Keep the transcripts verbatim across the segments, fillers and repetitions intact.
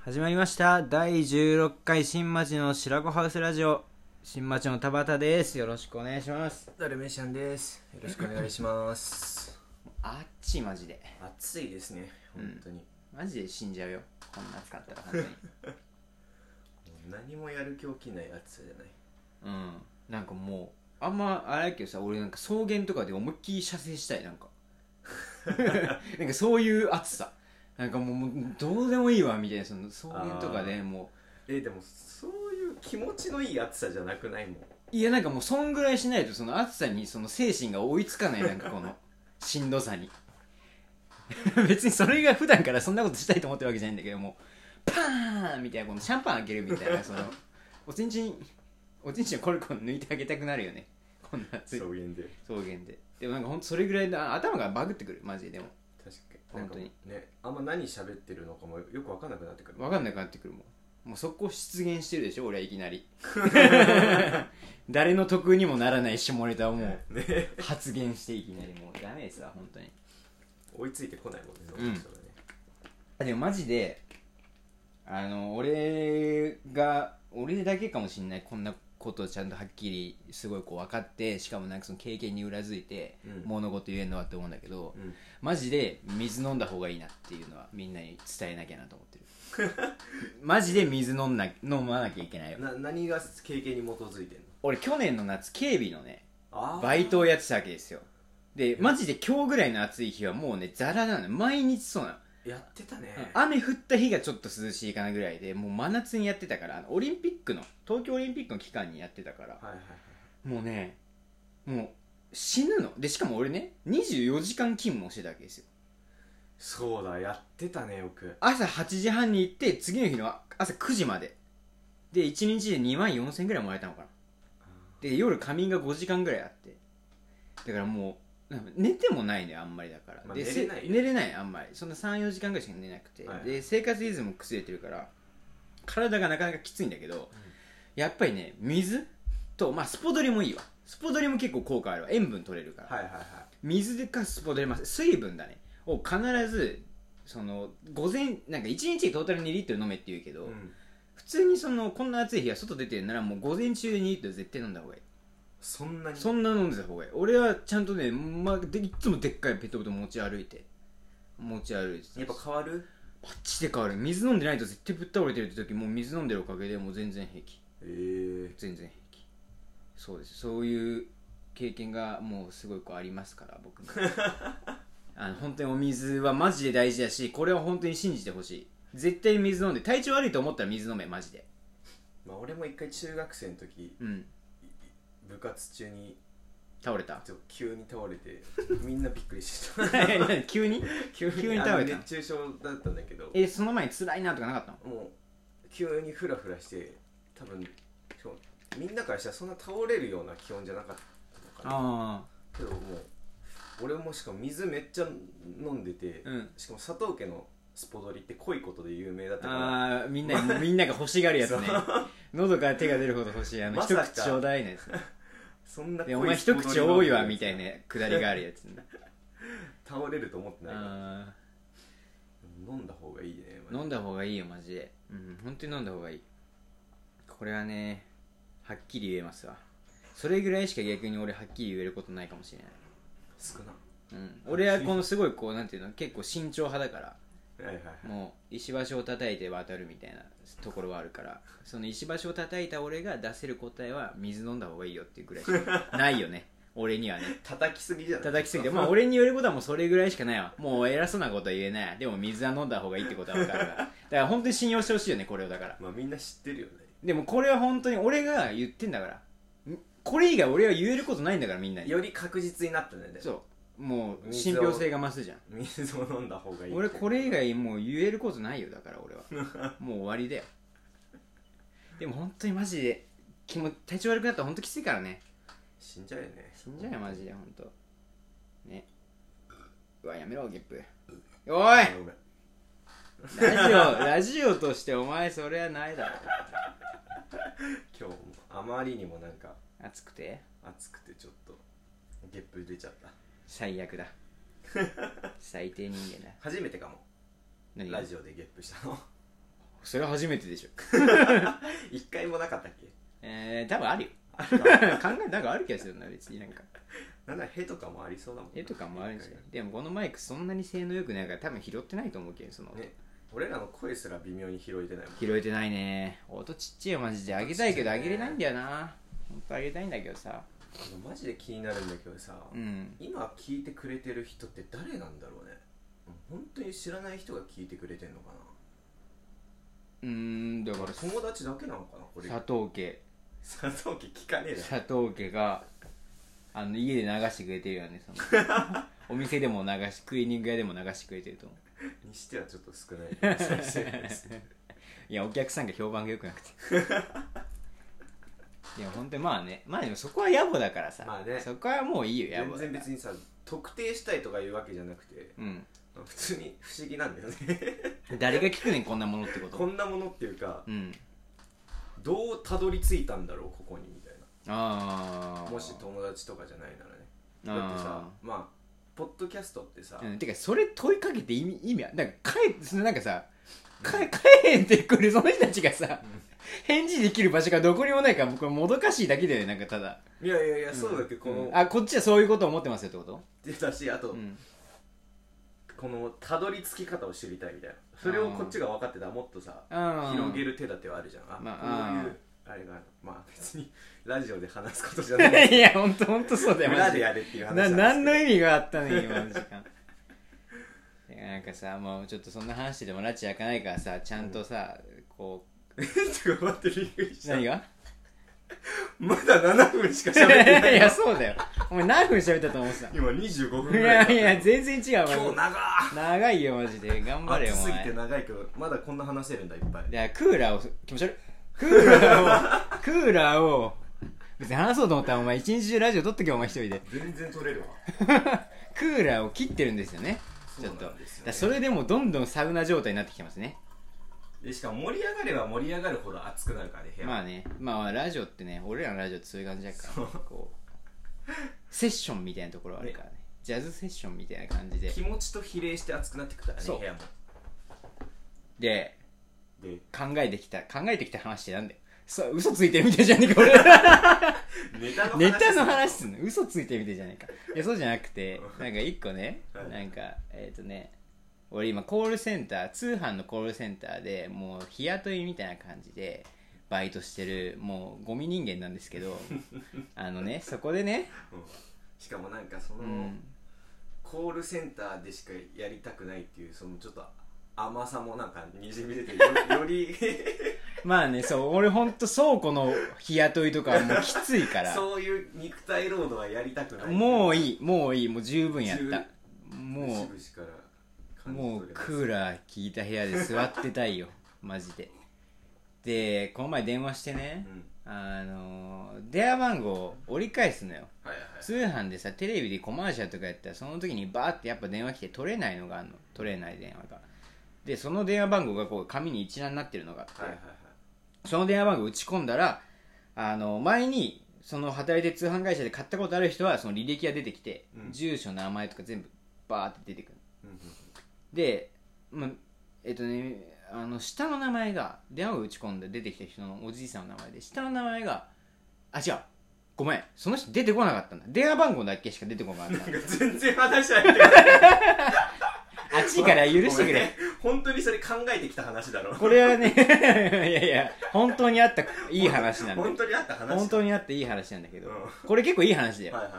始まりましただいじゅうろっかい新町の白子ハウスラジオ。新町の田畑です。よろしくお願いします。 ダルメシャンです。よろしくお願いしますあっちマジで暑いですね、本当に、 うん、マジで死んじゃうよ、こんな暑かったら。本当にもう何もやる気起きない暑さじゃない。 うんなんかもうあんまあれだけどさ、俺なんか草原とかで思いっきり射精したい。なんかなんかそういう暑さ、なんかもうもうどうでもいいわみたいな。その草原とかでもうえでもそういう気持ちのいい暑さじゃなくないもん。 ういやなんかもうそんぐらいしないとその暑さにその精神が追いつかない。なんかこのしんどさに別にそれが普段からそんなことしたいと思ってるわけじゃないんだけども、パーンみたいな、このシャンパン開けるみたいな、そのおちんちんおちんちんコロコロ抜いてあげたくなるよね、こんな暑い草原で。 草原で。でもなんかほんとそれぐらいで頭がバグってくるマジで。でも確かに本当にね、あんま何喋ってるのかもよく分かんなくなってくる。 分かんなくなってくる。もんもうそこ出現してるでしょ俺はいきなり誰の得にもならない下ネタをもうね発言していきなりもうダメですわ本当に。 追いついてこないもんね、 うんその人がね。 でもマジであの俺が俺だけかもしんない、こんなことをちゃんとはっきりすごいこう分かって、しかもなんかその経験に裏付いてうん物事言えんのはって思うんだけど、 うんマジで水飲んだ方がいいなっていうのはみんなに伝えなきゃなと思ってるマジで水飲んな飲まなきゃいけないよ。 な何が経験に基づいてんの？ 俺去年の夏警備のねあーバイトをやってたわけですよ。でマジで今日ぐらいの暑い日はもうねザラなのよ、毎日そうなの。 やってたね。 雨降った日がちょっと涼しいかなぐらいで、もう真夏にやってたから、あのオリンピックの東京オリンピックの期間にやってたから、 はいはいはい。 もうねもう死ぬので、しかも俺ねにじゅうよじかん勤務をしてたわけですよ。 そうだ、やってたね、よく。 朝はちじはんに行って次の日の朝くじまででいちにちでにまんよんせんぐらいもらえたのかな。で夜仮眠がごじかんぐらいあって、だからもうなんか寝てもないねあんまり。だから、 まあで寝れないよ寝れないあんまり、そんなさんよじかんぐらいしか寝なくて、 はいで生活リズム崩れてるから体がなかなかきついんだけど、やっぱりね水と、まあスポドリもいいわ。スポドリも結構効果あるわ、塩分取れるから、 はいはいはい。 水でかスポドリ、まあ水分だねを必ずその午前なんかいちにちにトータルにリットル飲めって言うけど、 うん普通にそのこんな暑い日は外出てるならもう午前中でにリットル絶対飲んだ方がいい。 そんなにそんな飲んでた方がいい。俺はちゃんとね、まあ、でいつもでっかいペットボトル持ち歩いて持ち歩いてやっぱ変わる？ パッチで変わる。水飲んでないと絶対ぶっ倒れてるって時もう水飲んでるおかげでもう全然平気。 ええ全然平気。そうです。そういう経験がもうすごいこうありますから僕もあの本当にお水はマジで大事だし、これは本当に信じてほしい。絶対水飲んで、体調悪いと思ったら水飲めマジで。 まあ俺も一回中学生の時うん部活中に倒れたちょっと急に倒れてみんなびっくりしてた急に急に急に倒れたあの熱中症だったんだけど、 えその前に辛いなとかなかったの？ もう急にフラフラして多分そうみんなからしたらそんな倒れるような気温じゃなかったのかな。 あけどもう俺もしかも水めっちゃ飲んでて、 あうん。 しかも佐藤家のスポドリって濃いことで有名だったから、 ああみんなみんなが欲しがるやつね喉から手が出るほど欲しいあの一まさか口ちょうだいのやつね。 そんなでお前一口多いわみたいなくだりがあるやつね倒れると思ってないからあ飲んだ方がいいね。 ー飲んだ方がいいよマジで。うん本当に飲んだ方がいい。これはねはっきり言えますわ。それぐらいしか逆に俺はっきり言えることないかもしれない。 少な。 うん、俺はこのすごいこうなんていうの結構慎重派だから、 はいはいはい。 もう石橋を叩いて渡るみたいなところはあるから、その石橋を叩いた俺が出せる答えは水飲んだ方がいいよっていうぐらいしかないよね俺にはね。 叩きすぎじゃない？ 叩きすぎて、まあ俺に言えることはもうそれぐらいしかないわ。もう偉そうなことは言えない。でも水は飲んだ方がいいってことは分かるからだから本当に信用してほしいよねこれを。だからまあみんな知ってるよね。 でもこれは本当に俺が言ってんだから、これ以外俺は言えることないんだからみんなに。 より確実になったね。でもそうもう信憑性が増すじゃん。 水を飲んだ方がいい。 俺これ以外もう言えることないよ。だから俺はもう終わりだよ。でも本当にマジで気も体調悪くなったら本当きついからね。 死んじゃうよね。 死んじゃうよマジで本当ね。うわやめろゲップ。おいごめんラジオラジオとしてお前それはないだろ。 今日もあまりにもなんか暑くて暑くてちょっとゲップ出ちゃった。 最悪だ最低人間だ。 初めてかも何がラジオでゲップしたのそれは初めてでしょ。 一回もなかったっけ？ えー、多分あるよ。考えなんかある気がするな、別になんか。 なんだ、へとかもありそうだもん。 絵とかもあるんですよ。でもこのマイクそんなに性能良くないから多分拾ってないと思うけど、その、 ね、俺らの声すら微妙に拾えてないもん。 拾えてないね。音ちっちゃいよマジで。上げたいけど上げれないんだよな。ほんと上げたいんだけどさ。 マジで気になるんだけどさ、 うん、 今聞いてくれてる人って誰なんだろうね。本当に知らない人が聞いてくれてんのかな。 うーん、だから友達だけなのかなこれ。 佐藤家佐藤家聞かねえだ佐藤家があの家で流してくれてるよね、そのお店でも流し、クリーニング屋でも流してくれてると思うにしてはちょっと少ない再生回数いや、お客さんが評判が良くなくていや本当にまあね、まあでもそこは野暮だからさ、 まあね、 そこはもういいよ、野暮だから。 全然別にさ特定したいとかいうわけじゃなくて、 うん、 普通に不思議なんだよね誰が聞くねんこんなものってこと。 こんなものっていうか、 うん、 どうたどり着いたんだろうここにみたいな。 あもし友達とかじゃないならね。だってさ、まあポッドキャストってさ、 うん、てかそれ問いかけて意味意味はなんか帰そのなんかさ、か帰ってくるその人たちがさ、うん、返事できる場所がどこにもないから僕はもどかしいだけだよね。なんかただいやいやいや、そうだけど、この、 うん、あこっちはそういうことを思ってますよってことでだし、あと、うん、このたどり着き方を知りたいみたいな。それをこっちが分かってたらもっとさ広げる手立てはあるじゃん。あ、まあ、こういうあれがまあ別にラジオで話すことじゃないいやほんとほんとそうだよ。 裏でやれっていう話なんですけど、 何の意味があったの今の時間なんかさ、もうちょっとそんな話でも拉致開かないからさ、ちゃんとさ、うん、こうちょっと待って、びっくりした。 何がまだななふんしか喋ってないいやそうだよ、お前何分喋ったと思ってた。 今にじゅうごふんぐらい。 いやいや全然違う。 今日長長いよマジで。頑張れよお前。 暑すぎて長いけどまだこんな話せるんだいっぱい。 いやクーラーを気持ち悪いクーラーをクーラーを別に話そうと思ったらお前一日中ラジオ撮っとけお前一人で。 全然撮れるわクーラーを切ってるんですよね。ちょっと そ,、ね、だそれでもどんどんサウナ状態になってきてますね。 でしかも盛り上がれば盛り上がるほど熱くなるからね部屋。 まあね、まあラジオってね、俺らのラジオってそういう感じだからこうセッションみたいなところあるからね、ジャズセッションみたいな感じで気持ちと比例して熱くなってくからね部屋も。 でで考えてきた考えてきた話ってなんだよ。そう嘘ついてるみたいじゃねえか俺ネタの話ネタの話すんの嘘ついてるみたいじゃねえか。いやそうじゃなくてなんか一個ね、はい、なんかえっ、ー、とね俺今コールセンター通販のコールセンターでもう日雇いみたいな感じでバイトしてるもうゴミ人間なんですけどあのねそこでね、 うん、しかもなんかその、うん、コールセンターでしかやりたくないっていうそのちょっと甘さもなんかにじみ出て よ, よりまあねそう俺ほんと倉庫の日雇いとかはもうきついからそういう肉体労働はやりたくない。 もういいもういいもう十分やったもうブシブシからもうクーラー効いた部屋で座ってたいよマジで。でこの前電話してね、うん、あの電話番号を折り返すのよ、はいはいはい、通販でさテレビでコマーシャルとかやったらその時にバーってやっぱ電話来て取れないのがあるの。取れない電話がでその電話番号がこう紙に一覧になってるのがあって、はいはいはい、その電話番号打ち込んだらあの前にその働いてる通販会社で買ったことある人はその履歴が出てきて、うん、住所名前とか全部バーって出てくる、うんうん、で、まあ、えっとねあの下の名前が電話を打ち込んで出てきた人のおじいさんの名前で下の名前があ違うごめんその人出てこなかったんだ。電話番号だけしか出てこなかったんだ。 なんか全然話し合えてないあっちから許してくれ。 本当にそれ考えてきた話だろこれはねいやいや本当にあったいい話なんだ。 本当にあった話本当にあったいい話なんだけど、うん、これ結構いい話だよ、 はいはいはい、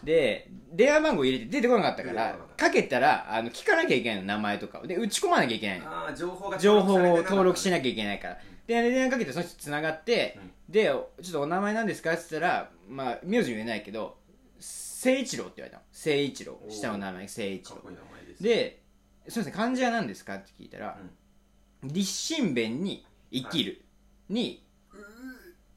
で電話番号入れて出てこなかったからかけたらあの聞かなきゃいけないの名前とかで打ち込まなきゃいけないの。 あ情報が情報を登録しなきゃいけないから、うん、で電話かけてその人つながって、うん、でちょっとお名前なんですかって言ったらまあ名字言えないけど誠一郎って言われたの。誠一郎下の名前誠一郎かっこいい名前です。ですみません漢字は何ですかって聞いたら、うん、立身弁に生きるに、はい、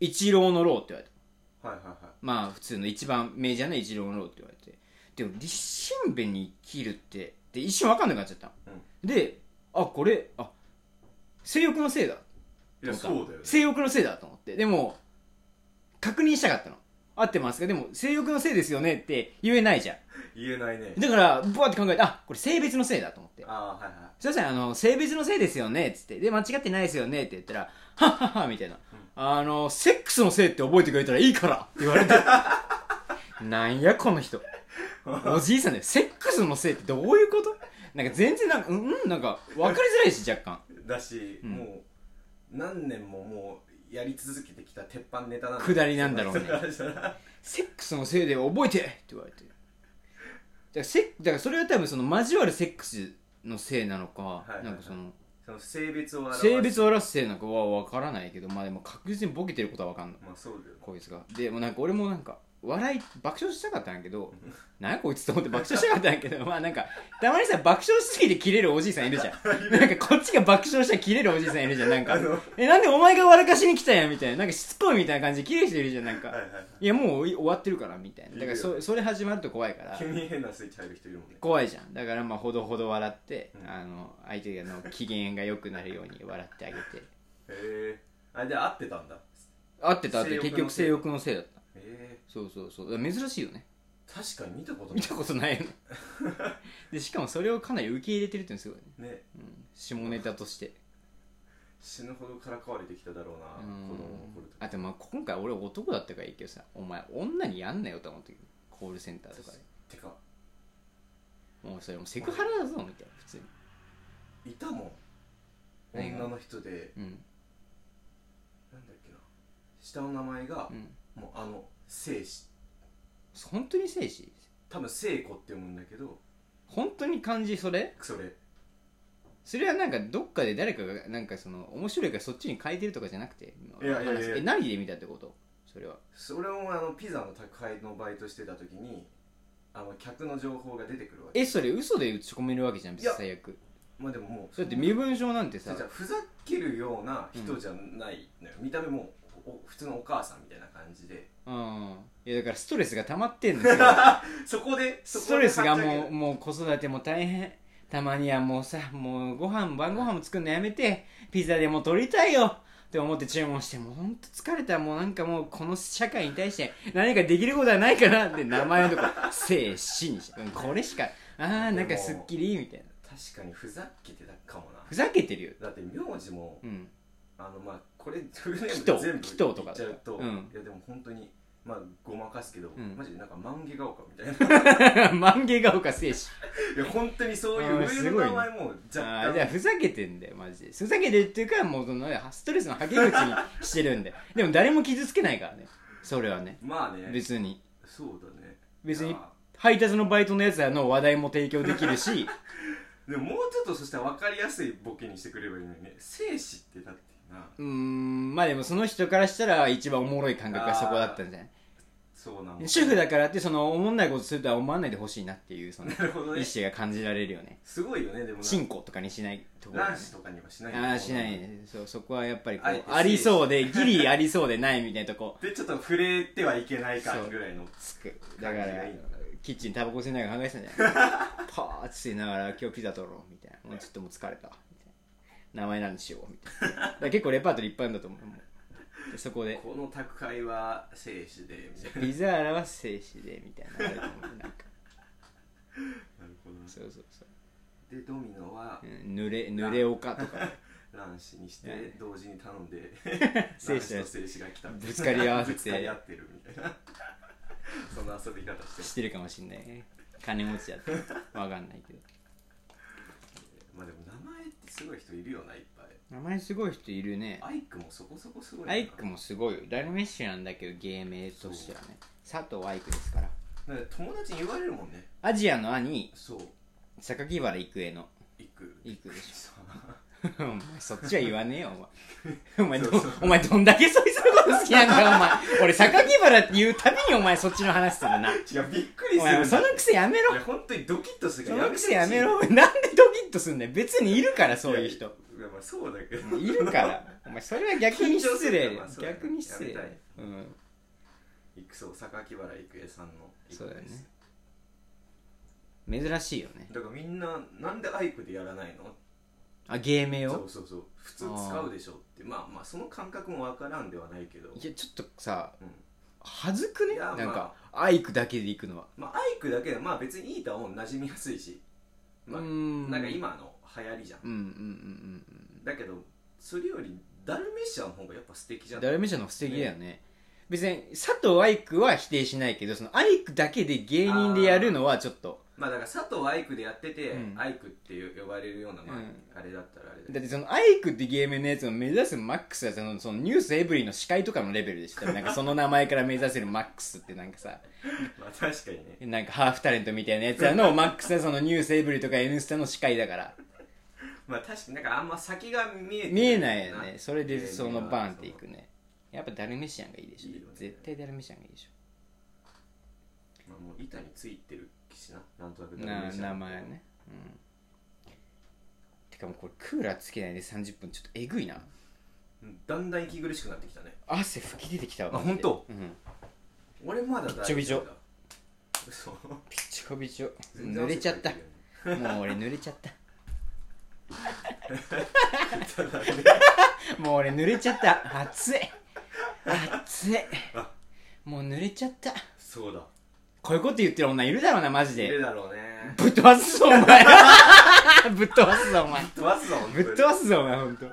一郎の郎って言われた、はいはいはい、まあ普通の一番メジャーな一郎の郎って言われてでも立身弁に生きるってで一瞬分かんなくなっちゃった、うん、であこれあ性欲のせいだいやそうだよ、ね、 性欲のせいだと思ってでも確認したかったの。 合ってますか、でも性欲のせいですよねって言えないじゃん。 言えないね。 だからブワーって考えて、あ、これ性別のせいだと思って、 あ、はいはい、 そしたらあの性別のせいですよねっつって、で間違ってないですよねって言ったら、はっはっはみたいな、うん、あのセックスのせいって覚えてくれたらいいからって言われてなんやこの人おじいさんでセックスのせいってどういうこと、なんか全然なんかうん、なんか分かりづらいし若干だし、うん、もう何年ももうやり続けてきた鉄板ネタなんだ、 下りなんだろうねセックスのせいで覚えてって言われて、だからセだからそれは多分その交わるセックスのせいなのか、はいはいはい、なんかそのその性別を表す性別を表すせいなのかは分からないけど、まあでも確実にボケてることは分かんない、 まあそうだよ、ね、 こいつが。でもなんか俺もなんか笑い爆笑したかったんやけどなんやこいつと思って爆笑したかったんやけどまあなんかたまにさ爆笑しすぎてキレるおじいさんいるじゃんなんかこっちが爆笑したらキレるおじいさんいるじゃん、なんかえなんでお前が笑かしに来たんやみたいな、なんかしつこいみたいな感じでキレる人いるじゃん、なんか、はいはいはい、いやもう終わってるからみたいな、だから そ, それ始まると怖いから、 急に変なスイッチ入る人いるもんね、 怖いじゃん。だからまあほどほど笑って、うん、あの相手の機嫌が良くなるように笑ってあげてへえ、あれで合ってたんだ、 合ってた合って結局性欲のせいだった。 えー、 そうそうそう、珍しいよね。 確かに見たことない見たことないよねでしかもそれをかなり受け入れてるっていうのすごいね、 ね、 うん、下ネタとして死ぬほどからかわれてきただろうな、子供の頃とか。 あとまあ今回俺男だったからいいけどさ、お前女にやんなよと思ったけど、コールセンターとかでてかもうそれもセクハラだぞみたいな、普通にいたもん女の人で、うん、なんだっけな、下の名前が、うん、もうあの聖子、 本当に聖子、 多分聖子って読むんだけど、 本当に漢字それそれそれはなんかどっかで誰かがなんかその面白いからそっちに書いてるとかじゃなくて、 いやいやいや、 え何で見たってこと？それはそれもあのピザの宅配のバイトしてた時にあの客の情報が出てくるわけ。 えそれ嘘で打ち込めるわけじゃん、別に最悪。 まあでももうだって身分証なんてさ、 じゃふざけるような人じゃないのよ、うん、見た目も普通のお母さんみたいな感じで、 うん、いやだからストレスが溜まってんですよそこでストレスがもう、もう子育ても大変、たまにはもうさ、もうご飯晩ご飯も作るのやめてピザでも取りたいよって思って注文して、もうほんと疲れた、もうなんかもうこの社会に対して何かできることはないかなって名前のとこ聖子にして、これしか、あーなんかすっきりみたいな。 確かにふざけてたかもな。 ふざけてるよ。 だって名字も、うん、あのまあこれフルネーム全部言っちゃうと、うん、 いやでも本当にまあごまかすけど、うん、マジでなんか万華が丘みたいな万華が丘聖子いや本当にそういう上の名前も若干、あじゃあふざけてんだよマジで。ふざけてるっていうかもうそのストレスのはけ口にしてるんででも誰も傷つけないからね、それはね。 まあね、 別にそうだね、 別に配達のバイトのやつらの話題も提供できるしでももうちょっとそしたら分かりやすいボケにしてくればいいのにね。聖子ってだってな、 うーんまあでもその人からしたら一番おもろい感覚がそこだったんじゃない。 そうなんだ、 主婦だからってそのおもんないことするとは思わないでほしいなっていうその意思が感じられるよね。 すごいよね。でもチンコとかにしないところ、ね、 卵子とかにはしない。 ああしないね。そうそこはやっぱりこう あ, ありそうでギリありそうでないみたいなとこでちょっと触れてはいけない感ぐらいのつく。だからキッチンタバコ吸いながら考えてたんじゃないパーッついながら今日ピザ取ろうみたいな、もうちょっともう疲れたみたいな、名前何にしようみたいな。だから結構レパートリーいっぱいあるんだと思う。でそこでこの宅配は聖子でみたいな、 ピザーラは聖子でみたいなあると思う。なんかなるほど、 そうそうそう。 でドミノは、 うん、濡れ濡れ岡とか卵子にして同時に頼んで精子と精子が来たぶつかり合わせてぶつかり合ってるみたいなその遊び方してしてるかもしんないね。金持ちだってわかんないけどまあでも名前ってすごい人いるよな、いっぱい。 名前すごい人いるね。 アイクもそこそこすごいな。 アイクもすごいよ。ダルメッシュなんだけど芸名としてはね、佐藤アイクですから。 だから友達に言われるもんね。 アジアの兄、 そう榊原郁恵の郁郁でしょお前そっちは言わねえよお前お前 ど, お前どんだけそいつのこと好きなんだよお前。俺榊原って言うたびにお前そっちの話するな。 いやびっくりする。お前その癖やめろ。 いや本当にドキッとするからやめてほしい。その癖やめろ。なんでドキッとすんだよ。別にいるからそういう人。 いやまあそうだけどいるからお前それは逆に失礼、まあ、逆に失礼。うん。 郁そう榊原郁恵さんのそうだよね。珍しいよね。 だからみんななんでアイクでやらないの。 あ芸名を。 そうそうそう普通使うでしょって。まあまあその感覚もわからんではないけど。 いやちょっとさ、うん、 はずくね、 いやなんか、 まあ、 アイクだけで行くのは。 まあアイクだけでまあ別にいいとは思う、馴染みやすいし、まあ、 うんなんか今の流行りじゃん、 うんうんうんうんだけどそれよりダルメシアの方がやっぱ素敵じゃん。 ダルメシャの素敵だよね、ね、別に佐藤アイクは否定しないけど、そのアイクだけで芸人でやるのはちょっと、 まあだから佐藤アイクでやってて、うん、アイクって呼ばれるような、まあ、 うん、 あれだったらあれだけど、 だってそのアイクってゲームのやつを目指すマックスはその、そのニュースエブリィの司会とかのレベルでしたなんかその名前から目指せるマックスってなんかさまあ確かにね、 なんかハーフタレントみたいなやつらのマックスはそのニュースエブリィとか N スタの司会だからまあ確かになんかあんま先が見えて見えないよね。それでそのバーンっていくね。やっぱダルメシアンがいいでしょ。いいね、絶対ダルメシアンがいいでしょ。 まあもう板についてるしな、なんとなくダルメシアンな名前ね、うん、てかもうこれクーラーつけないでさんじゅっぷんちょっとえぐいな。 だんだん息苦しくなってきたね。 汗吹き出てきたわ。 あ、本当。 うん、 俺まだ大丈夫だ。 びちょびちょ嘘、 びちょびちょ濡れちゃった。もう俺濡れちゃったもう俺濡れちゃった。熱い熱い、もう濡れちゃった。 そうだ、 こういうこと言ってる女いるだろうな、マジで。 いるだろうね。 ぶっ飛ばすぞお前ぶっ飛ばすぞお前。 ぶっ飛ばすぞぶっ飛ばすぞお前、ほんと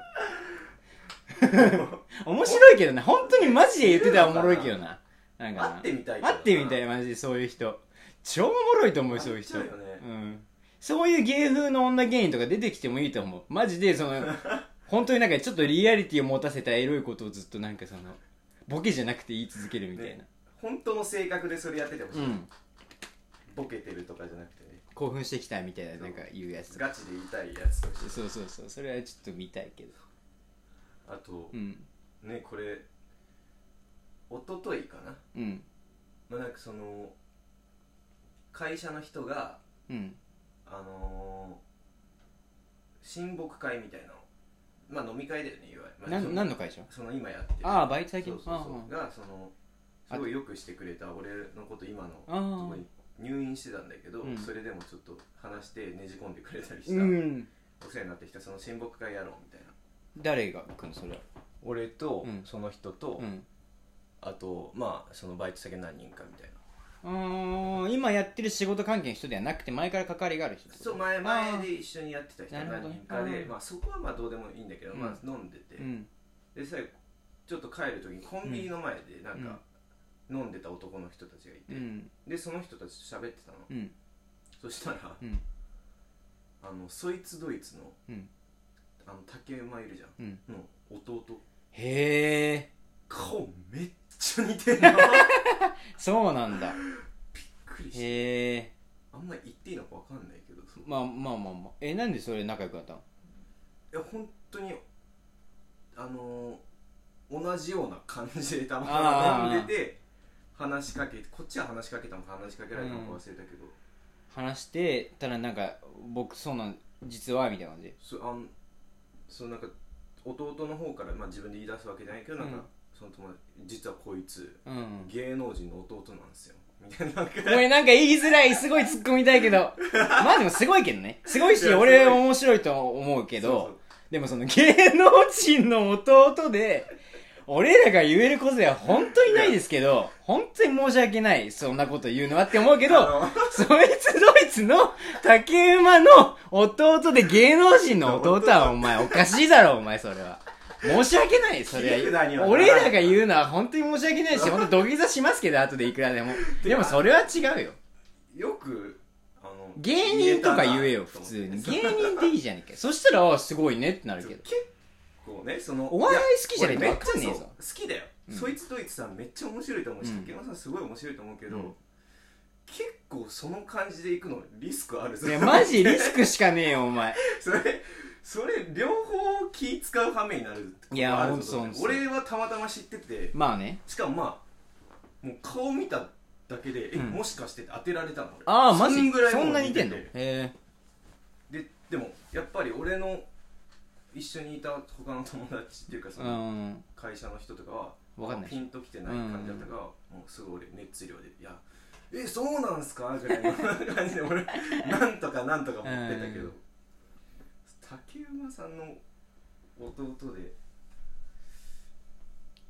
面白いけどな、本当にマジで言ってたらおもろいけどな。なんかな、 会ってみたい。 会ってみたい、マジで。そういう人超おもろいと思う。そういう人、ね、うん、そういう芸風の女芸人とか出てきてもいいと思う。マジでその本当になんかちょっとリアリティを持たせたエロいことをずっとなんかそのボケじゃなくて言い続けるみたいな、ね、 本当の性格でそれやっててほしい、うん、ボケてるとかじゃなくてね、 興奮してきたみたいななんか言うやつとかガチで言いたいやつとして、 そうそうそう、それはちょっと見たいけど。 あと、 うん、 ね、これ一昨日かな、 うん、 まあなんかその会社の人が、 うん、 あのー、親睦会みたいなの、まあ飲み会だよね、いわゆる、まあ、 何の会社？ その今やってる、 ああバイト先、 そうそうそうがそのすごいよくしてくれた俺のこと、今のとこに入院してたんだけど、うん、それでもちょっと話してねじ込んでくれたりした、うん、お世話になってきたその親睦会やろうみたいな。 誰が来るのそれは？ 俺と、 うん、 その人と、うん、あとまあそのバイト先何人かみたいな。 あー、今やってる仕事関係の人ではなくて前から関わりがある人。 そう、前前で一緒にやってた人何人かで、まあそこはまあどうでもいいんだけど、うん、まあ飲んでて、うん、で最後ちょっと帰る時にコンビニの前でなんか飲んでた男の人たちがいて、うん、でその人たちと喋ってたの、うん、そしたら、うん、あのそいつドイツの、うん、あの竹馬いるじゃん、うん、の弟。 へえ、 顔めっちゃ似てんなそうなんだ、 びっくりした。 へえ、 あんまり言っていいのか分かんないけど、 まあまあまあまあ、え、なんでそれ仲良くなったの？ いや本当にあのー、同じような感じでたまたま飲んでて話しかけて、こっちは話しかけたのか話しかけられたのか忘れたけど、 うん、話してたらなんか僕そうなん実はみたいな感じ。 そう、あのそうなんか弟の方から、まあ、自分で言い出すわけじゃないけど、なんか、うん、その友達実はこいつ、うん、芸能人の弟なんですよみたいな。 俺なんか言いづらい、すごい突っ込みたいけどまあでもすごいけどね、すごいし俺面白いと思うけど、そうそう、でもその芸能人の弟で俺らが言えることでは本当にないですけど、本当に申し訳ない、そんなこと言うのはって思うけど、そいつドイツの竹馬の弟で芸能人の弟はお前おかしいだろお前、それは申し訳ない、それは俺らが言うのは本当に申し訳ないし、本当土下座しますけど後でいくらでもでもそれは違うよ。 よくあの芸人とか言えよ普通に、芸人でいいじゃねえかそしたらすごいねってなるけど、 結構ね、そのお笑い好きじゃねえと分かんねえぞ。 好きだよ、うん、そいつドイツさんめっちゃ面白いと思うし、竹山さんすごい面白いと思うけど、うん、結構その感じでいくのリスクあるぞ。 いやマジリスクしかねえよお前それそれ両方気使う羽目になる。 いやほんとそう。 俺はたまたま知ってて、 まあね、 しかもまあもう顔見ただけで、うん、えもしかして当てられたの俺。 ああマジそんぐらいそんな似てんの。へえ。 ででもやっぱり俺の一緒にいた他の友達っていうかその会社の人とかは分かんない、 ピンときてない感じだったから、もうすごい俺熱量で「いやえそうなんすか?」ぐらいの感じで俺なんとかなんとか思ってたけど、竹馬さんの弟で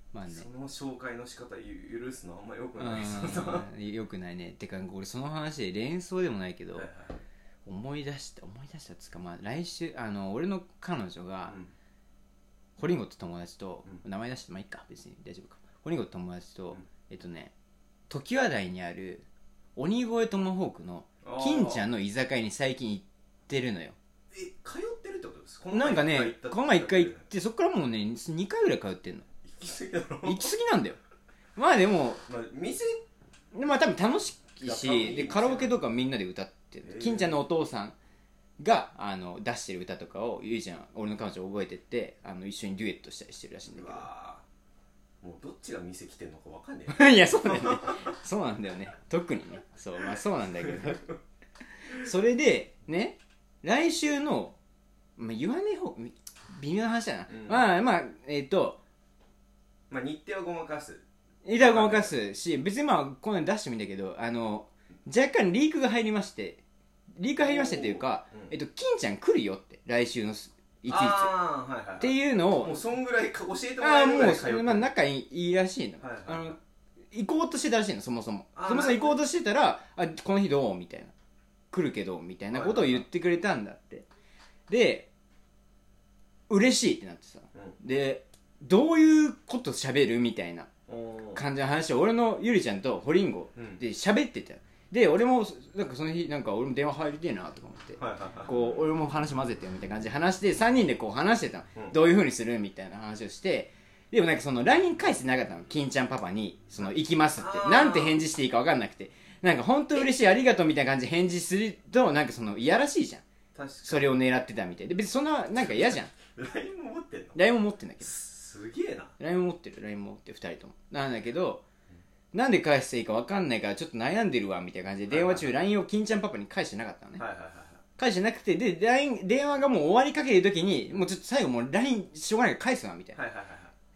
まあね、 その紹介の仕方許すのあんまよくないよくないね。てか俺その話で連想でもないけど、はいはい、思い出した思い出したっつうか、まあ来週あの俺の彼女が、うん、ホリンゴって友達と、うん、名前出してまあいいか別に大丈夫か。ホリンゴって友達と、うん、えっとね常盤台にある鬼越トマホークの金ちゃんの居酒屋に最近行ってるのよ。 え通ってるってことですか？ なんかねこの前いっかい行ってそっからもうねにかいぐらい通ってんの。 行き過ぎだろ。 行き過ぎなんだよ。まあでも、 まあ、店まあ多分楽しいしいいでカラオケとかみんなで歌ってる、えー、金ちゃんのお父さんがあの出してる歌とかをゆいちゃん俺の彼女覚えてってあの一緒にデュエットしたりしてるらしいんだけど、 もうどっちが店来てんのか分かんねえいやそうだよねそうなんだよね特にねそうまあそうなんだけどそれでね来週の、まあ、言わねえ方微妙な話だな、うん、まあまあえっ、ー、とまあ日程はごまかす日程はごまかすし別にまあこの出してもいいんだけどあの若干リークが入りましてリーク入りましてっていうか、うん、えっと金ちゃん来るよって来週のいついつ、はいはい、っていうのをもうそんぐらい教えてもらえるぐらい通ってる。 あもう、まあ、仲いいらしいの、はいはいはい、あの行こうとしてたらしいのそもそもそもそも行こうとしてたらあこの日どうみたいな来るけどみたいなことを言ってくれたんだって、はいはいはい、で嬉しいってなってさ、うん、でどういうこと喋るみたいな感じの話を俺のゆりちゃんとホリンゴで喋ってた、うん、で俺もなんかその日なんか俺も電話入りてえなとか思って、はいはいはい、こう俺も話混ぜてよみたいな感じで話してさんにんでこう話してたの、うん、どういう風にするみたいな話をして、でもなんかその ライン 返してなかったの金ちゃんパパにその行きますってなんて返事していいか分かんなくて、なんか本当嬉しいありがとうみたいな感じで返事するとなんかそのいやらしいじゃん。確かにそれを狙ってたみたいで別にそんななんか嫌じゃんライン も持ってんの？ ライン も持ってんだけどすげえな。 ライン も持ってる ライン も持ってるふたりともなんだけど、うん、なんで返していいか分かんないからちょっと悩んでるわみたいな感じで電話中 ライン を金ちゃんパパに返してなかったのね、はいはいはいはい、返してなくてで ライン 電話がもう終わりかける時にもうちょっと最後もう ライン しょうがないから返すわみたいな、はいはいはい、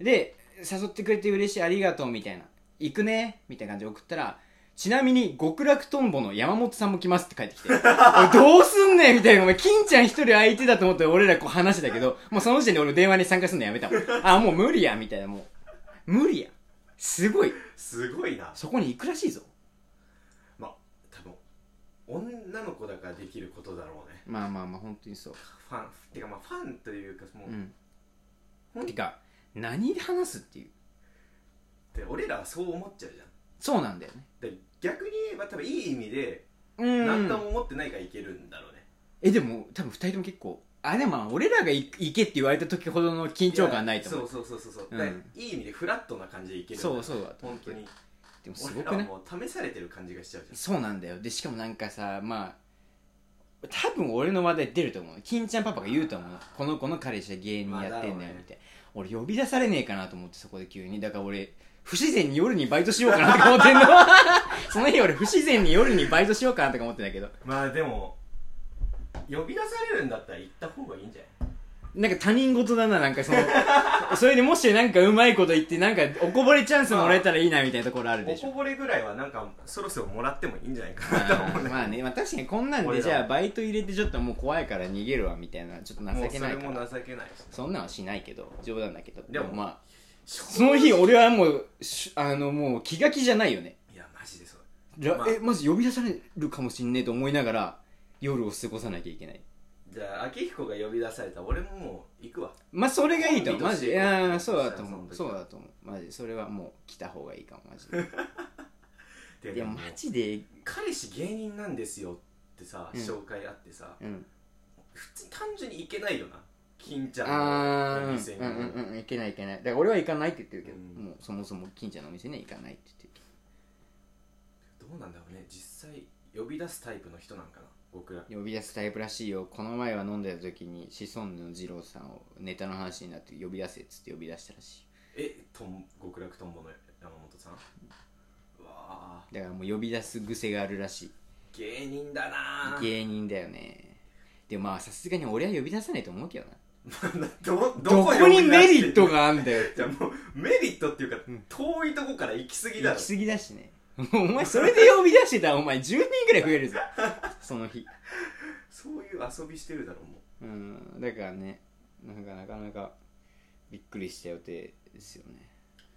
で誘ってくれて嬉しいありがとうみたいな行くねみたいな感じで送ったらちなみに極楽とんぼの山本さんも来ますって帰ってきてどうすんねんみたいな、お前金ちゃん一人相手だと思って俺らこう話してたけどもうその時点で俺電話に参加するのやめたもんあもう無理やみたいな、もう無理やすごいすごいな。 そこに行くらしいぞ。 まあ多分女の子だからできることだろうね。 まあまあまあ本当にそう。 ファンてかまあファンというかもう、 うん、てか何で話すっていうで俺らはそう思っちゃうじゃん。 そうなんだよね。 で逆に言えば多分いい意味で何とも思ってないからいけるんだろうね。 えでも多分ふたりとも結構あでもまあ俺らが行けって言われた時ほどの緊張感はないと思う。 そうそうそうそう、うん、いい意味でフラットな感じでいけるんだ。 そうそうだ本当に。 でもすごくね、 俺らはもう試されてる感じがしちゃうじゃん。 そうなんだよ。でしかもなんかさまあ多分俺の話題出ると思う。金ちゃんパパが言うと思う。この子の彼氏は芸人やってんだよみたいな、俺呼び出されねえかなと思ってそこで急に。だから俺不自然に夜にバイトしようかなとか思ってんのその日俺不自然に夜にバイトしようかなとか思ってんだけど、 まあでも呼び出されるんだったら行った方がいいんじゃない？ なんか他人事だな、なんかそのそれでもしなんかうまいこと言ってなんかおこぼれチャンスもらえたらいいなみたいなところあるでしょ。 おこぼれぐらいはなんかそろそろもらってもいいんじゃないかなと思う。 まあね、まあ確かにこんなんでじゃあバイト入れてちょっともう怖いから逃げるわみたいなちょっと情けないから。 もうそれも情けないし、ね、 そんなんはしないけど冗談だけど、でもまあその日俺はもうあのもう気が気じゃないよね。 いやマジでそう、 まあ、えマジ呼び出されるかもしんねえと思いながら夜を過ごさなきゃいけない。 じゃあ秋彦が呼び出されたら俺ももう行くわ。 まあそれがいいと思うマジ。いやそうだと思うそうだと思うマジ。それはもう来た方がいいかもマジでいやマジで彼氏芸人なんですよってさ、うん、紹介あってさ、うん、普通に単純に行けないよな金ちゃんの店に。 うんうんうん、行けない行けない。だから俺は行かないって言ってるけど、うん、もうそもそも金ちゃんのお店には行かないって言ってるけど。どうなんだろうね実際呼び出すタイプの人なんかな。僕ら呼び出すタイプらしいよ。この前は飲んでた時にシソンヌの二郎さんをネタの話になって呼び出せっつって呼び出したらしい。 えとん極楽とんぼの山本さん。うわだからもう呼び出す癖があるらしい。 芸人だな。 芸人だよね。でもまあさすがに俺は呼び出さないと思うけどなど, ど, どこにメリットがあんだよじゃあもうメリットっていうか、うん、遠いとこから行き過ぎだろ。 行き過ぎだしねお前それで呼び出してたらお前じゅうにんぐらい増えるぞその日。 そういう遊びしてるだろうもう。うんだからねなんかなかなかびっくりした予定ですよね。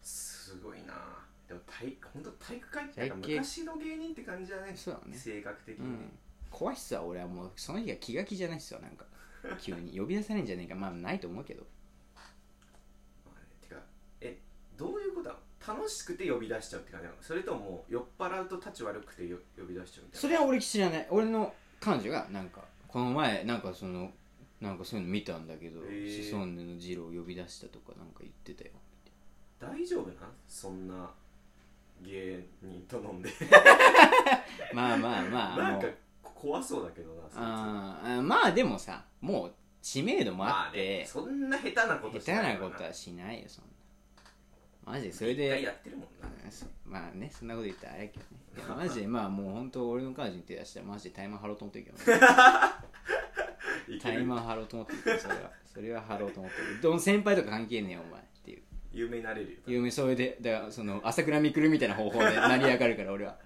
すごいな。でも体本当体育会って昔の芸人って感じだね。 そうだね、 性格的に、うん、 怖いっすわ。俺はもうその日が気が気じゃないっすわ。なんか急に呼び出されんじゃねえか。まあないと思うけど、 まあね、てかえどういうことなの？楽しくて呼び出しちゃうって感じなの？それとももう酔っ払うと立ち悪くてよ呼び出しちゃうみたいな。 それは俺知らない。俺の彼女がなんかこの前なんかそのなんかそういうの見たんだけど、シソンヌのジローを呼び出したとかなんか言ってたよ。 大丈夫な？そんな芸人と飲んでまあまあまあなんか怖そうだけどな。 ああまあでもさ、もう知名度もあって、まあね、 そんな下手なことしない。下手なことはしないよそんな。マジでそれで一回やってるもんな。 まあね、そんなこと言ったらあれやけどね。マジでまあもう本当俺の彼女に手出したらマジでタイマー張ろうと思ってるけどねタイマー張ろうと思ってるけど、それはそれは張ろうと思ってる。どの先輩とか関係ねえよお前っていう。 有名になれるよ。 有名、それでだからその朝倉未来みたいな方法で成り上がるから俺は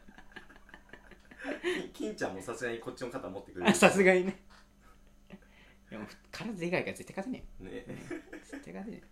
金ちゃんもさすがにこっちの肩持ってくれる。 さすがにね。でも体でかいから絶対勝てねえ。 ねえ。 絶対勝てね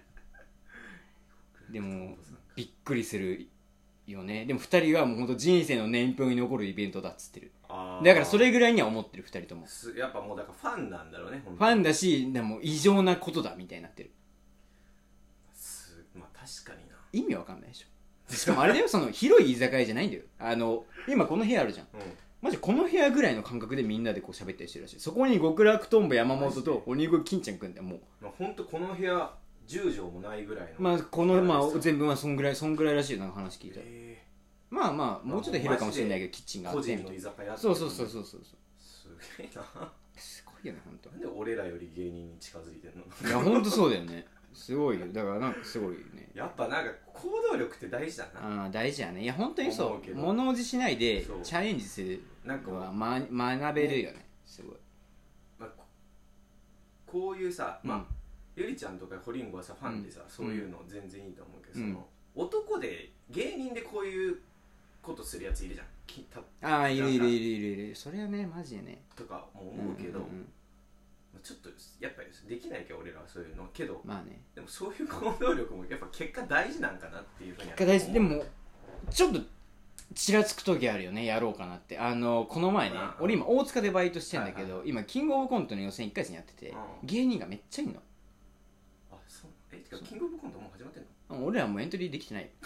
え。でもびっくりするよね。でもふたりはもう本当人生の年表に残るイベントだっつってる。だからそれぐらいには思ってるふたりとも。 やっぱもうだからファンなんだろうね。 ファンだし、でも異常なことだみたいになってる。 まあ確かにな。 意味わかんないでしょ。しかもあれだよ、その広い居酒屋じゃないんだよ。あの今この部屋あるじゃん、うん、マジこの部屋ぐらいの感覚でみんなでこう喋ったりしてるらしい。そこに極楽とんぼ山本と鬼越金ちゃんくんでもう、 まあ、ほんとこの部屋じゅう畳もないぐらいの、 まあこのまあ全部はそんぐらいそんぐらいらしいよ。なんか話聞いたら、えー、まあまあもうちょっと広いかもしれないけどキッチンがあって個人の居酒屋って、 そうそうそうそうそう。 すげえな。 すごいよね本当。 なんで俺らより芸人に近づいてんの？ いや本当そうだよね。すごいよ。だからなんかすごいね。 やっぱなんか行動力って大事だな。 ああ大事やね。いや本当にそう。物おじしないでチャレンジするのは、ま、学べるよね。すごい。 まあ、こういうさ、まあ、うん、ゆりちゃんとかホリンゴはさファンでさ、うん、そういうの全然いいと思うけど、うん、その男で芸人でこういうことするやついるじゃん。 ああいるいるいるいるいる。それはねマジでね。 とかも思うけど。うんうんうん、ちょっとやっぱりできないけど俺らはそういうのけど、 まあね、 でもそういう行動力もやっぱ結果大事なんかなっていうふうに。 結果大事。でもちょっとちらつく時あるよね。やろうかなって。あのこの前ね、まあ、俺今大塚でバイトしてんだけど、はいはい、今キングオブコントの予選いっかい戦やってて、芸人がめっちゃいんの。 あそうえてかキングオブコントもう始まってんの？ 俺らもうエントリーできてないよ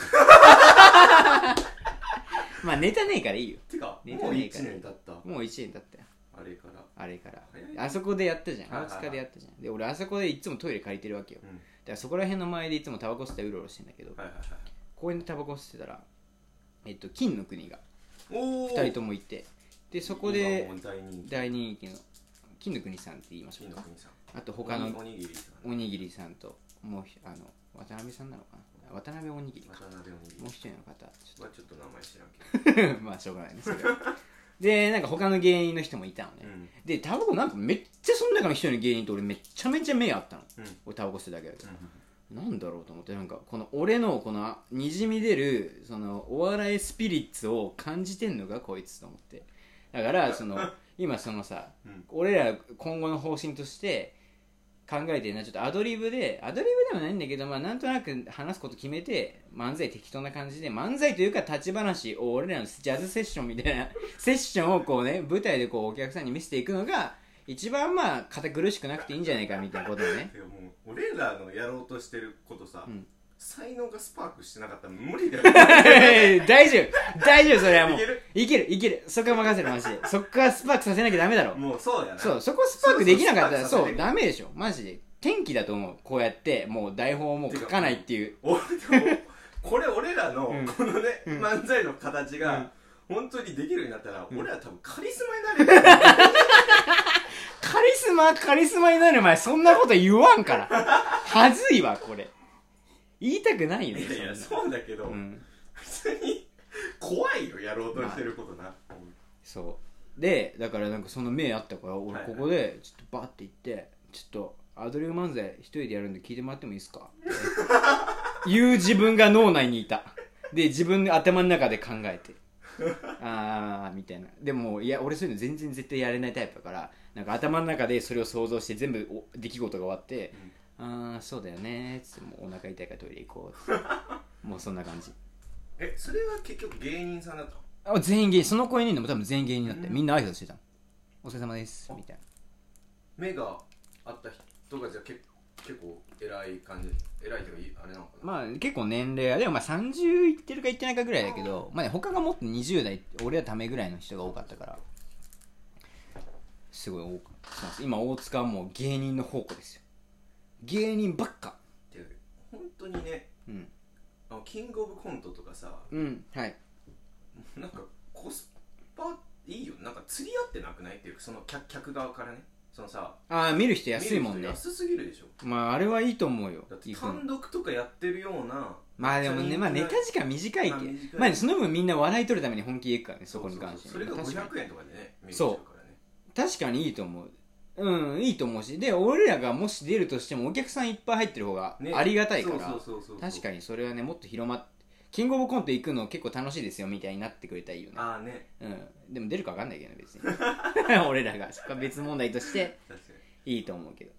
まあネタねえからいいよ。 てかもういちねん経った。 もういちねん経ったよ。 あれからあれからあそこでやったじゃん。大塚でやったじゃん。で俺あそこでいつもトイレ借りてるわけよ、うん、だからそこら辺の前でいつもタバコ吸ってうろうろしてんだけど、はいはいはい、公園でタバコ吸ってたら、えっと、金の国がふたりともいて、でそこで大人気の金の国さんって言いましょうか。あと他のおにぎりさんおにぎりさんともうあの渡辺さんなのかな、渡辺おにぎりか、渡辺おにぎりもう一人の方ちょっとちょっと名前知らんけどまあしょうがないねそれはでなんか他の芸人の人もいたのね、うん、でタバコなんかめっちゃその中の一人の芸人と俺めっちゃめちゃ目あったの、うん、俺タバコ吸ってただけだけど、うん、なんだろうと思って、なんかこの俺のこのにじみ出るそのお笑いスピリッツを感じてんのかこいつと思って、だからその今そのさ、うん、俺ら今後の方針として考えてるのはちょっとアドリブでアドリブでもないんだけど、まあ、なんとなく話すこと決めて漫才適当な感じで漫才というか立ち話を俺らのジャズセッションみたいなセッションをこうね舞台でこうお客さんに見せていくのが一番まあ堅苦しくなくていいんじゃないかみたいなことをね。 いやもう俺らのやろうとしてることさ、うん、才能がスパークしてなかったら無理だよ大丈夫大丈夫それはもういけるいけるそこは任せるマジで。そこからスパークさせなきゃダメだろ。 もうそうやな。 そうそこスパークできなかったらそうそうダメでしょマジで。天気だと思う。こうやってもう台本をもう書かないっていう。 これ俺らのこのね、うん、漫才の形が本当にできるようになったら、うん、俺ら多分カリスマになるよカリスマカリスマになる前そんなこと言わんからはずいわこれ言いたくないよね。 いやいやそうだけど、うん、普通に怖いよやろうとしてることな、まあ、 そうでだからなんかその目あったから俺ここでちょっとバッて言ってちょっとアドリブ漫才一人でやるんで聞いてもらってもいいですかっていう自分が脳内にいた。で自分で頭の中で考えてあーみたいな。でもいや俺そういうの全然絶対やれないタイプだから、なんか頭の中でそれを想像して全部出来事が終わって、うん、あーそうだよねーっつってもうお腹痛いからトイレ行こうってもうそんな感じ。 えそれは結局芸人さんだったあ全員芸人、その子にいるのも多分全員芸人になって、うん、みんな挨拶してたの。お疲れ様ですみたいな。 目があった人がじゃあ結構偉い感じ、偉いというかあれなのかな。 まあ結構年齢はでもまあさんじゅういってるかいってないかぐらいだけど、まあね、他がもっとにじゅう代俺らためぐらいの人が多かったからすごい多かった。今大塚はもう芸人の宝庫ですよ。芸人ばっかっていう本当にね、うん、あのキングオブコントとかさ、 うんはいなんかコスパいいよ。なんか釣り合ってなくないっていうその 客, 客側からね、そのさああ見る人安いもんね。 安すぎるでしょ。 まああれはいいと思うよ。 だって単独とかやってるような。 まあでもね、まあネタ時間短いけ、まあ、まあその分みんな笑い取るために本気でいくからね、そこに関して、ね、 そうそうそう。それがごひゃくえんとかでね、 そう確かにいいと思う。うんいいと思うし、で俺らがもし出るとしてもお客さんいっぱい入ってる方がありがたいから、確かにそれはねもっと広まってキングオブコント行くの結構楽しいですよみたいになってくれたらいいよね。 ああね、 うん、でも出るか分かんないけどね別に俺らがそこは別問題としていいと思うけど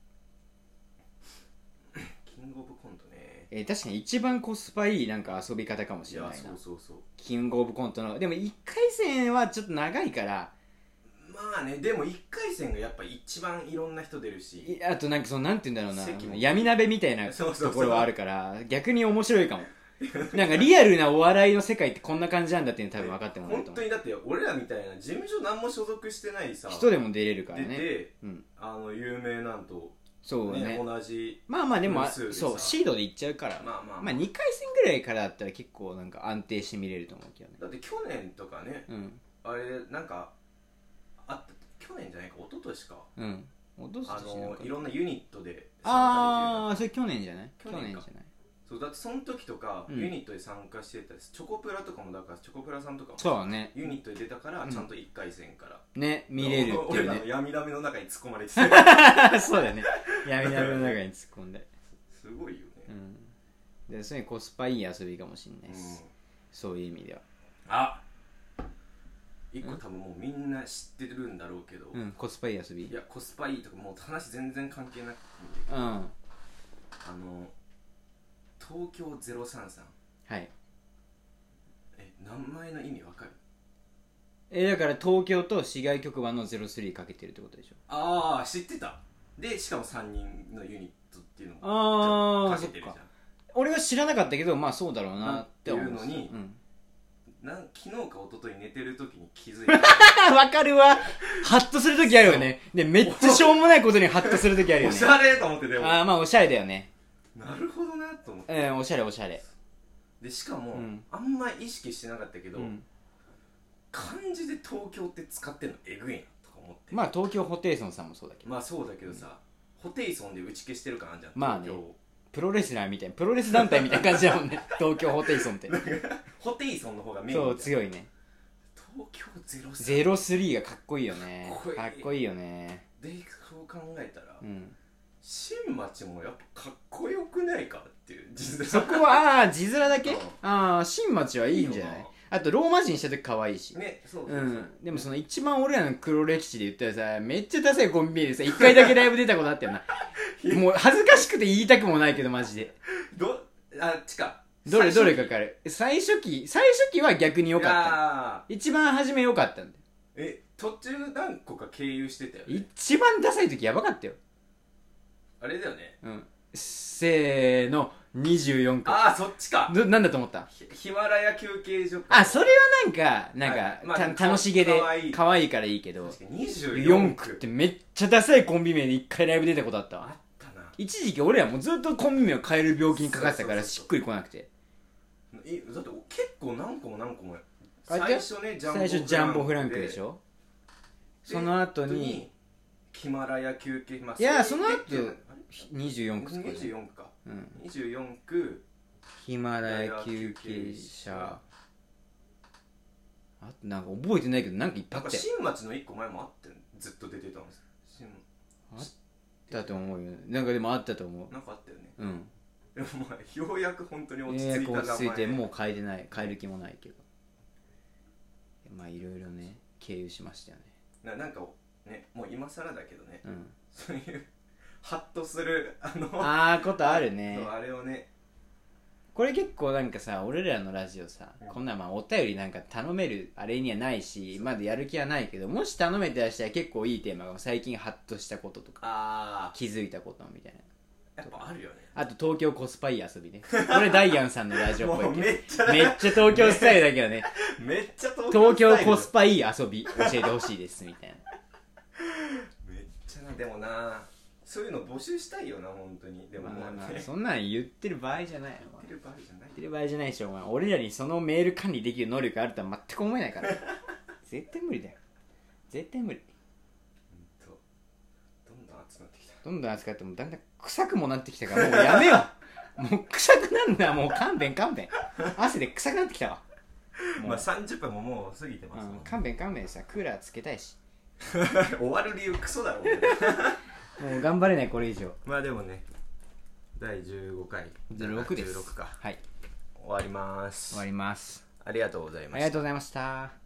キングオブコントね、 えー、確かに一番コスパいいなんか遊び方かもしれないな。 いやそうそうそう。 キングオブコントのでもいっかい戦はちょっと長いからまあね、でもいっかい戦がやっぱ一番いろんな人出るし、 あとなんかそのなんて言うんだろうな闇鍋みたいなところはあるから逆に面白いかもなんかリアルなお笑いの世界ってこんな感じなんだっていうの多分分かってもらえると思う。 本当にだって俺らみたいな事務所何も所属してないさ人でも出れるからね。 出て、 うん、 あの有名なんとそうね、 ね同じまあまあでもそうシードでいっちゃうから、まあまあまあにかい戦ぐらいからだったら結構なんか安定して見れると思うけどね。 だって去年とかね、うん、あれなんかあった去年じゃないか一昨年か、うん、 一昨年あのいろんなユニットで参加できる。 ああそれ去年じゃない去年じゃない。 そうだってその時とか、うん、ユニットで参加してたしチョコプラとかもだからチョコプラさんとかもそうだねユニットで出たから、うん、ちゃんといっかい戦からね見れるっていうね。 俺らの闇鍋の中に突っ込まれてたそうだね闇鍋の中に突っ込んですごいよね、 うん、でそういうコスパいい遊びかもしれないです、うん、そういう意味では。 あ一個多分もうみんな知ってるんだろうけど、 うん、コスパいい遊び。 いやコスパいいとかもう話全然関係なくて、うん、あの東京ゼロさんさんはいえ名前の意味わかる？ えだから東京と市外局番のゼロスリーかけてるってことでしょ。 ああ知ってた。でしかもさんにんのユニットっていうのもかけてるじゃん。 俺は知らなかったけどまあそうだろうなって思うのに、うん、なん昨日か一昨日寝てる時に気づいたわかるわハッとする時あるよね。でめっちゃしょうもないことにハッとする時あるよね。 おしゃれと思ってでもああまあおしゃれだよね。 なるほどなと思って、 うん、おしゃれおしゃれでしかも、うん、あんま意識してなかったけど、うん、漢字で東京って使ってんのエグいなとか思って。 まあ東京ホテイソンさんもそうだけどまあそうだけどさ、うん、ホテイソンで打ち消してる感あるじゃん。 まあねプロレスラーみたいなプロレス団体みたいな感じだもんね東京ホテイソンってホテイソンの方がメイン。 そう強いね。 東京ゼロさんゼロスリーがかっこいいよね。かっこいいよね。 でそう考えたら、うん新町もやっぱかっこよくないかっていう字面。 そこはああ字面だけ、うん、ああ新町はいいんじゃない。あとローマ字にした時可愛いしね。そうそうそう、 うん、でもその一番俺らの黒歴史で言ったらさめっちゃダサいコンビニでさいっかいだけライブ出たことあったよなもう恥ずかしくて言いたくもないけどマジでどあっちかどれどれかかる。最初期最初期は逆に良かった。一番初め良かったんだよ。 え途中何個か経由してたよ、ね、 一番ダサい時やばかったよ。 あれだよね。 うんせーのにじゅうよんく。 ああそっちか。 ななんだと思った？ ヒマラヤ休憩所か。 あそれはなんかなんか、はいまあ、楽しげで可愛いからいいけどにじゅうよんくってめっちゃダサいコンビ名でいっかいライブ出たことあったわ。 あったな。 一時期俺らもうずっとコンビ名を変える病気にかかってたからしっくりこなくて。 えだって結構何個も何個も最初ねジャンボ最初ジャンボフランクでしょ。その後にヒマラヤ休憩、まあ、 いやその後にじゅうよんくとか、ね、にじゅうよんくか、うん、にじゅうよんくヒマラヤ休憩者あとなんか覚えてないけどなんかいっぱいあったよ。 新町のいっこまえもあってずっと出てたんです。新あったと思うよ。なんかでもあったと思う。 なんかあったよね。 うんでもまあようやく本当に落ち着いた名前。 落ち着いてもう変えてない変える気もないけどまあいろいろね経由しましたよね。 な, なんかねもう今更だけどね、うん、そういうハッとするあのあーことあるねそうあれをねこれ結構なんかさ俺らのラジオさ、うん、こんなまあお便りなんか頼めるあれにはないしまだやる気はないけど、もし頼めてらしたら結構いいテーマが最近ハッとしたこととかあ気づいたことみたいなやっぱあるよね。 あと東京コスパいい遊びね。これダイアンさんのラジオっぽいけどめっちゃめっちゃ東京スタイルだけどねめっちゃ東京, 東京コスパいい遊び教えてほしいですみたいなめっちゃな。でもなそういうの募集したいよな本当に。でも、まあまあ、 そんなの言ってる場合じゃないよ。 言ってる場合じゃない。 言ってる場合じゃないでしょお前。俺らにそのメール管理できる能力あるとは全く思えないから絶対無理だよ。絶対無理。 ほんとどんどん集まってきた。 どんどん集まってもだんだん臭くもなってきたからもうやめようもう臭くなんだ。もう勘弁勘弁。汗で臭くなってきたわ。 まあさんじゅっぷんももう過ぎてますもん、 うん、勘弁勘弁さ。クーラーつけたいし終わる理由クソだろもう頑張れないこれ以上。 まあでもねだいじゅうごかいじゅうろくです。 じゅうろくか。 はい終わります。 終わります。 ありがとうございました。 ありがとうございました。